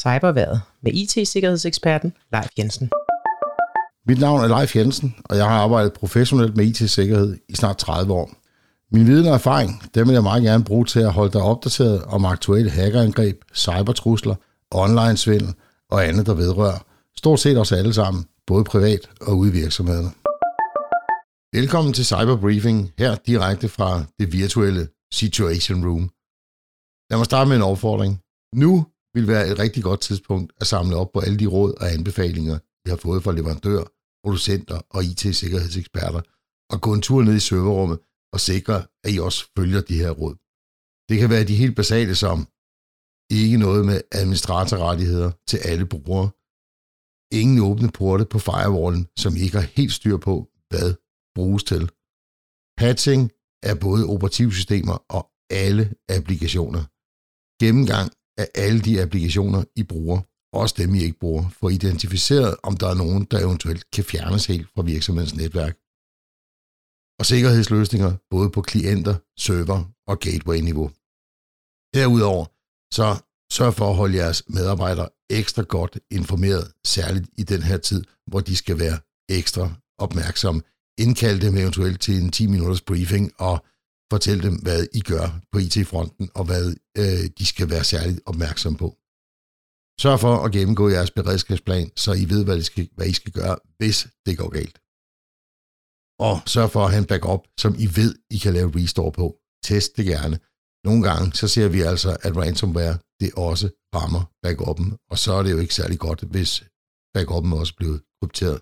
Cyberværet med IT-sikkerhedseksperten Leif Jensen. Mit navn er Leif Jensen, og jeg har arbejdet professionelt med IT-sikkerhed i snart 30 år. Min viden og erfaring, dem vil jeg meget gerne bruge til at holde dig opdateret om aktuelle hackerangreb, cybertrusler, online-svindel og andet, der vedrører stort set os alle sammen, både privat og ude i virksomhederne. Velkommen til Cyberbriefing, her direkte fra det virtuelle Situation Room. Lad mig starte med en opfordring. Nu vil være et rigtig godt tidspunkt at samle op på alle de råd og anbefalinger, vi har fået fra leverandører, producenter og IT-sikkerhedseksperter, og gå en tur ned i serverrummet og sikre, at I også følger de her råd. Det kan være de helt basale som ikke noget med administratorrettigheder til alle brugere, ingen åbne porte på firewallen, som I ikke har helt styr på, hvad bruges til. Patching af både operativsystemer og alle applikationer. Gennemgang af alle de applikationer, I bruger, også dem, I ikke bruger, for at identificere, om der er nogen, der eventuelt kan fjernes helt fra virksomhedens netværk. Og sikkerhedsløsninger både på klienter, server og gateway-niveau. Derudover, så sørg for at holde jeres medarbejdere ekstra godt informeret, særligt i den her tid, hvor de skal være ekstra opmærksomme. Indkald dem eventuelt til en 10-minutters briefing og fortæl dem, hvad I gør på IT-fronten, og hvad de skal være særligt opmærksomme på. Sørg for at gennemgå jeres beredskabsplan, så I ved, hvad I skal gøre, hvis det går galt. Og sørg for at have en backup, som I ved, I kan lave restore på. Test det gerne. Nogle gange, så ser vi altså, at ransomware, det også rammer backuppen, og så er det jo ikke særlig godt, hvis backuppen også bliver krypteret.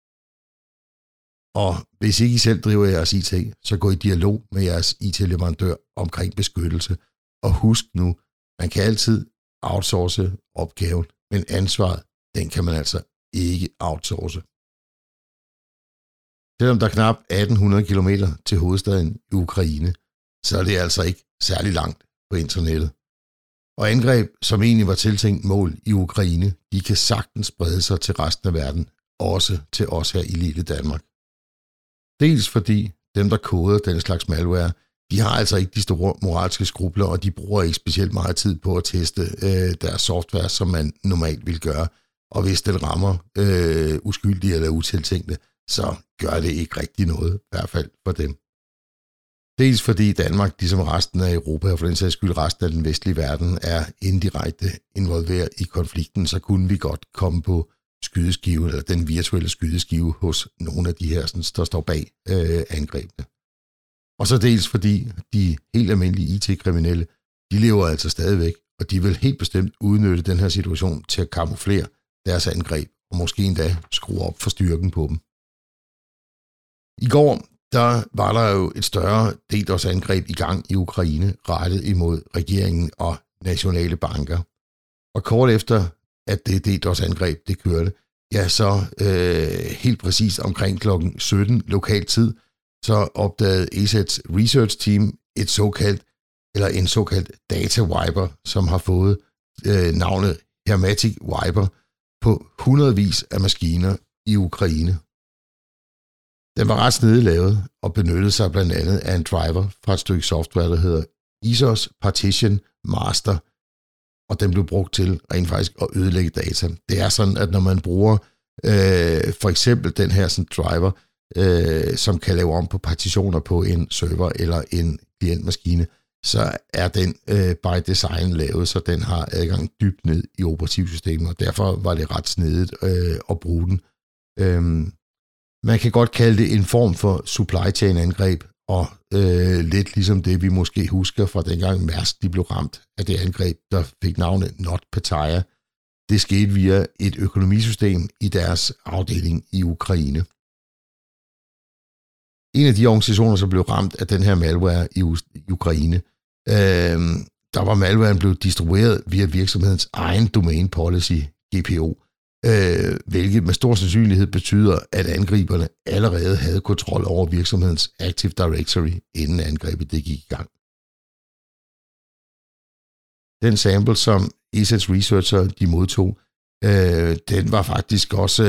Og hvis ikke I selv driver jeres IT, så gå i dialog med jeres IT-leverandør omkring beskyttelse. Og husk nu, man kan altid outsource opgaven, men ansvaret, den kan man altså ikke outsource. Selvom der er knap 1800 km til hovedstaden i Ukraine, så er det altså ikke særlig langt på internettet. Og angreb, som egentlig var tiltænkt mål i Ukraine, de kan sagtens sprede sig til resten af verden, også til os her i lille Danmark. Dels fordi dem, der koder den slags malware, de har altså ikke de store moralske skrubler, og de bruger ikke specielt meget tid på at teste deres software, som man normalt vil gøre. Og hvis den rammer uskyldige eller utiltænkte, så gør det ikke rigtig noget, i hvert fald for dem. Dels fordi Danmark, ligesom resten af Europa og for den sags skyld resten af den vestlige verden, er indirekte involveret i konflikten, så kunne vi godt komme på skydeskive, eller den virtuelle skydeskive hos nogle af de her, der står bag angrebene. Og så dels fordi de helt almindelige IT-kriminelle, de lever altså stadigvæk, og de vil helt bestemt udnytte den her situation til at kamuflere deres angreb, og måske endda skrue op for styrken på dem. I går, der var der jo et større DDoS-angreb i gang i Ukraine, rettet imod regeringen og nationale banker. Og kort efter, at det DDoS-angreb, det kørte, ja, så helt præcis omkring klokken 17 lokal tid, så opdagede ESET's research team en såkaldt data wiper, som har fået navnet Hermetic Wiper på hundredvis af maskiner i Ukraine. Den var ret snedigt lavet og benyttede sig blandt andet af en driver fra et stykke software, der hedder ISOS Partition Master, og den blev brugt til rent faktisk at ødelægge data. Det er sådan, at når man bruger for eksempel den her sådan driver, som kan lave om på partitioner på en server eller en klientmaskine, så er den by design lavet, så den har adgang dybt ned i operativsystemet, og derfor var det ret snedigt at bruge den. Man kan godt kalde det en form for supply chain angreb, og lidt ligesom det, vi måske husker fra dengang Mærsk, de blev ramt af det angreb, der fik navnet NotPetya. Det skete via et økonomisystem i deres afdeling i Ukraine. En af de organisationer, som blev ramt af den her malware i Ukraine, der var malwaren blevet distribueret via virksomhedens egen domain policy, GPO, hvilket med stor sandsynlighed betyder, at angriberne allerede havde kontrol over virksomhedens Active Directory, inden angrebet det gik i gang. Den sample, som ESET's researcher de modtog, den var faktisk også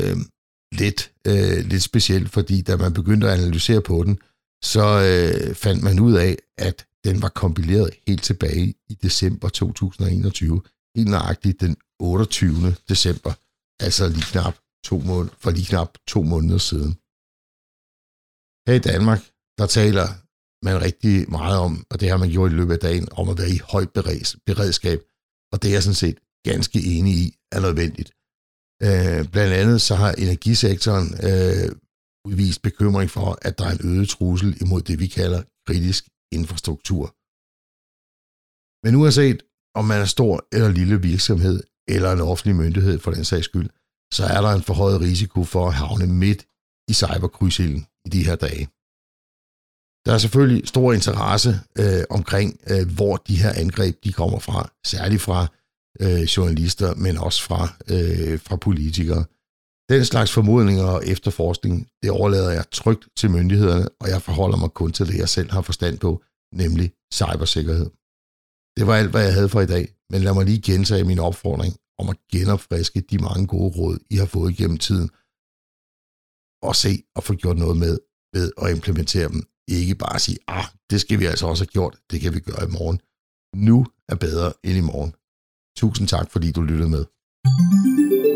lidt speciel, fordi da man begyndte at analysere på den, så fandt man ud af, at den var kompileret helt tilbage i december 2021. helt nøjagtigt den 28. december, altså for lige knap 2 måneder siden. Her i Danmark, der taler man rigtig meget om, og det har man gjort i løbet af dagen, om at være i højt beredskab, og det er jeg sådan set ganske enig i er nødvendigt. Blandt andet så har energisektoren udvist bekymring for, at der er en øget trussel imod det, vi kalder kritisk infrastruktur. Men uanset om man er stor eller lille virksomhed, eller en offentlig myndighed for den sags skyld, så er der en forhøjet risiko for at havne midt i cyberkrydsilden i de her dage. Der er selvfølgelig stor interesse omkring, hvor de her angreb de kommer fra, særligt fra journalister, men også fra politikere. Den slags formodninger og efterforskning, det overlader jeg trygt til myndighederne, og jeg forholder mig kun til det, jeg selv har forstand på, nemlig cybersikkerhed. Det var alt, hvad jeg havde for i dag, men lad mig lige gentage min opfordring om at genopfriske de mange gode råd, I har fået gennem tiden, og se og få gjort noget med ved at implementere dem. Ikke bare sige, det skal vi altså også have gjort, det kan vi gøre i morgen. Nu er bedre end i morgen. Tusind tak, fordi du lyttede med.